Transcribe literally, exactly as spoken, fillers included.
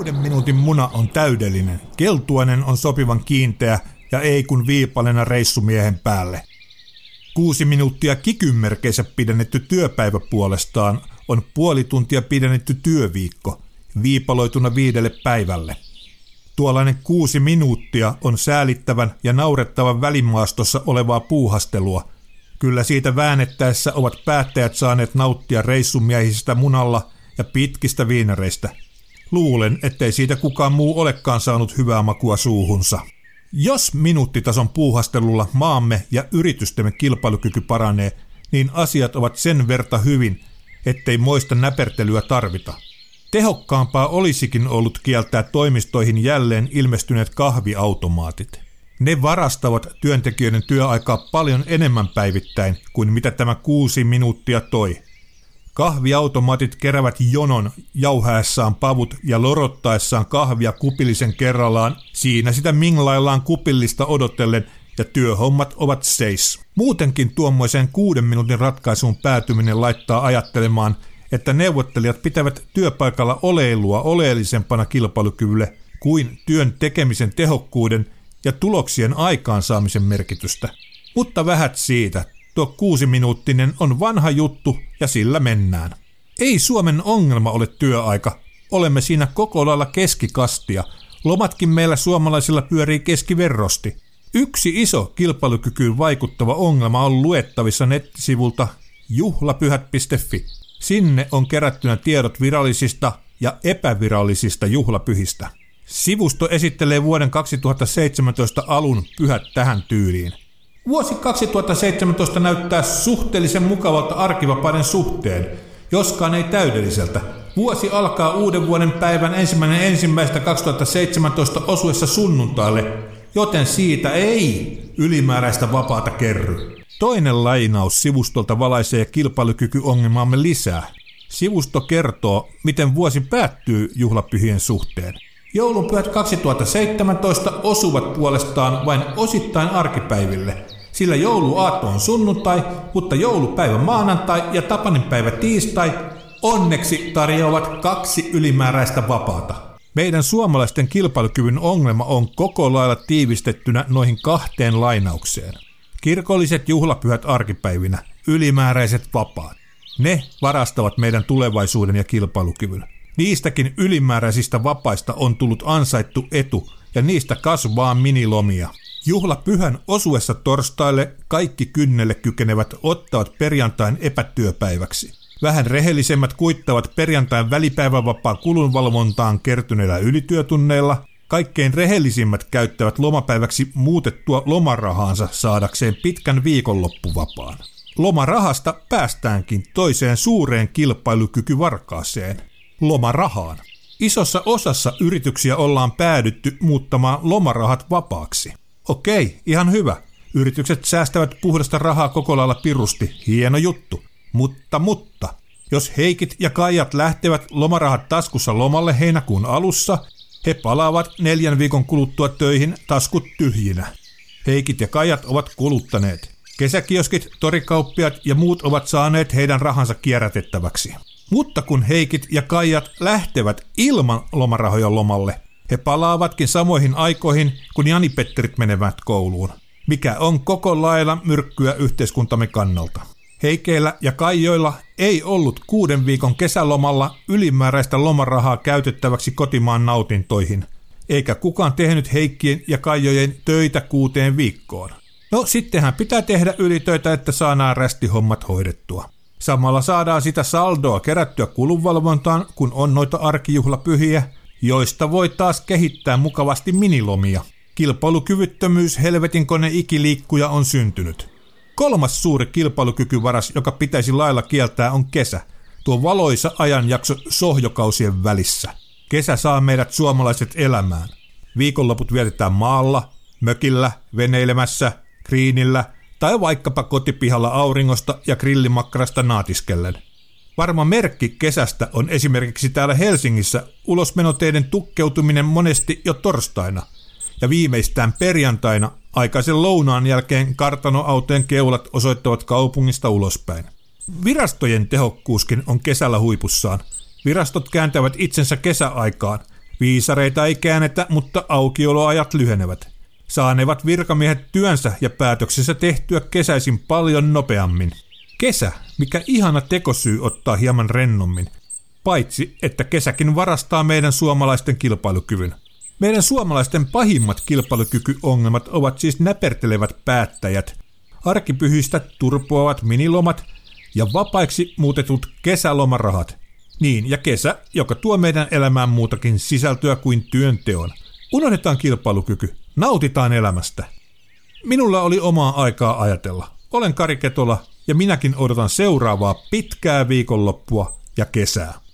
Kuuden minuutin muna on täydellinen, keltuainen on sopivan kiinteä ja ei kun viipalena reissumiehen päälle. Kuusi minuuttia kikynmerkeissä pidennetty työpäivä puolestaan on puoli tuntia pidennetty työviikko, viipaloituna viidelle päivälle. Tuollainen kuusi minuuttia on säälittävän ja naurettavan välimaastossa olevaa puuhastelua. Kyllä siitä väännettäessä ovat päättäjät saaneet nauttia reissumiehisistä munalla ja pitkistä viinareista. Luulen, ettei siitä kukaan muu olekaan saanut hyvää makua suuhunsa. Jos minuuttitason puuhastelulla maamme ja yritystemme kilpailukyky paranee, niin asiat ovat sen verta hyvin, ettei moista näpertelyä tarvita. Tehokkaampaa olisikin ollut kieltää toimistoihin jälleen ilmestyneet kahviautomaatit. Ne varastavat työntekijöiden työaikaa paljon enemmän päivittäin kuin mitä tämä kuusi minuuttia toi. Kahviautomaatit kerävät jonon jauhaessaan pavut ja lorottaessaan kahvia kupillisen kerrallaan, siinä sitä minglaillaan kupillista odotellen ja työhommat ovat seis. Muutenkin tuommoiseen kuuden minuutin ratkaisuun päätyminen laittaa ajattelemaan, että neuvottelijat pitävät työpaikalla oleilua oleellisempana kilpailukyvylle kuin työn tekemisen tehokkuuden ja tuloksien aikaansaamisen merkitystä. Mutta vähät siitä. Tuo kuusiminuuttinen on vanha juttu ja sillä mennään. Ei Suomen ongelma ole työaika. Olemme siinä koko lailla keskikastia. Lomatkin meillä suomalaisilla pyörii keskiverrosti. Yksi iso kilpailukykyyn vaikuttava ongelma on luettavissa nettisivulta juhlapyhät piste fi. Sinne on kerättynä tiedot virallisista ja epävirallisista juhlapyhistä. Sivusto esittelee vuoden kaksituhattaseitsemäntoista alun pyhät tähän tyyliin. Vuosi kaksituhattaseitsemäntoista näyttää suhteellisen mukavalta arkivapaiden suhteen, joskaan ei täydelliseltä. Vuosi alkaa uuden vuoden päivän ensimmäinen ensimmäistä kaksituhattaseitsemäntoista osuessa sunnuntaille, joten siitä ei ylimääräistä vapaata kerry. Toinen lainaus sivustolta valaisee kilpailukykyongelmaamme lisää. Sivusto kertoo, miten vuosi päättyy juhlapyhien suhteen. Joulunpyhät kaksituhattaseitsemäntoista osuvat puolestaan vain osittain arkipäiville, sillä jouluaatto on sunnuntai, mutta joulupäivä maanantai ja tapaninpäivä tiistai onneksi tarjoavat kaksi ylimääräistä vapaata. Meidän suomalaisten kilpailukyvyn ongelma on koko lailla tiivistettynä noihin kahteen lainaukseen. Kirkolliset juhlapyhät arkipäivinä, ylimääräiset vapaat. Ne varastavat meidän tulevaisuuden ja kilpailukyvyn. Niistäkin ylimääräisistä vapaista on tullut ansaittu etu ja niistä kasvaa minilomia. Juhlapyhän osuessa torstaille kaikki kynnelle kykenevät ottavat perjantain epätyöpäiväksi. Vähän rehellisemmät kuittavat perjantain välipäivävapaa kulunvalvontaan kertyneillä ylityötunneilla. Kaikkein rehellisimmät käyttävät lomapäiväksi muutettua lomarahaansa saadakseen pitkän viikonloppuvapaan. Lomarahasta päästäänkin toiseen suureen kilpailukykyvarkaaseen. Lomarahaan. Isossa osassa yrityksiä ollaan päädytty muuttamaan lomarahat vapaaksi. Okei, ihan hyvä. Yritykset säästävät puhdasta rahaa koko lailla pirusti. Hieno juttu. Mutta, mutta, jos Heikit ja Kaijat lähtevät lomarahat taskussa lomalle heinäkuun alussa, he palaavat neljän viikon kuluttua töihin taskut tyhjinä. Heikit ja Kaijat ovat kuluttaneet. Kesäkioskit, torikauppiat ja muut ovat saaneet heidän rahansa kierrätettäväksi. Mutta kun Heikit ja Kaijat lähtevät ilman lomarahoja lomalle, he palaavatkin samoihin aikoihin, kun Jani-Petterit menevät kouluun, mikä on koko lailla myrkkyä yhteiskuntamme kannalta. Heikeillä ja Kaijoilla ei ollut kuuden viikon kesälomalla ylimääräistä lomarahaa käytettäväksi kotimaan nautintoihin, eikä kukaan tehnyt Heikkien ja Kaijojen töitä kuuteen viikkoon. No sittenhän pitää tehdä ylitöitä, että saadaan rästihommat hoidettua. Samalla saadaan sitä saldoa kerättyä kulunvalvontaan, kun on noita arkijuhlapyhiä, joista voi taas kehittää mukavasti minilomia. Kilpailukyvyttömyys helvetin kone ikiliikkuja on syntynyt. Kolmas suuri kilpailukykyvaras, joka pitäisi lailla kieltää, on kesä. Tuo valoisa ajanjakso sohjokausien välissä. Kesä saa meidät suomalaiset elämään. Viikonloput vietetään maalla, mökillä, veneilemässä, kriinillä tai vaikkapa kotipihalla auringosta ja grillimakkarasta naatiskellen. Varma merkki kesästä on esimerkiksi täällä Helsingissä ulosmenoteiden tukkeutuminen monesti jo torstaina ja viimeistään perjantaina aikaisen lounaan jälkeen kartanoautojen keulat osoittavat kaupungista ulospäin. Virastojen tehokkuuskin on kesällä huipussaan. Virastot kääntävät itsensä kesäaikaan. Viisareita ei käännetä, mutta aukioloajat lyhenevät. Saanevat virkamiehet työnsä ja päätöksensä tehtyä kesäisin paljon nopeammin. Kesä, mikä ihana tekosyy ottaa hieman rennommin. Paitsi, että kesäkin varastaa meidän suomalaisten kilpailukyvyn. Meidän suomalaisten pahimmat kilpailukykyongelmat ovat siis näpertelevät päättäjät, arkipyhistä turpoavat minilomat ja vapaiksi muutetut kesälomarahat. Niin, ja kesä, joka tuo meidän elämään muutakin sisältöä kuin työnteon. Unohdetaan kilpailukyky, nautitaan elämästä. Minulla oli omaa aikaa ajatella. Olen Kari Ketola ja minäkin odotan seuraavaa pitkää viikonloppua ja kesää.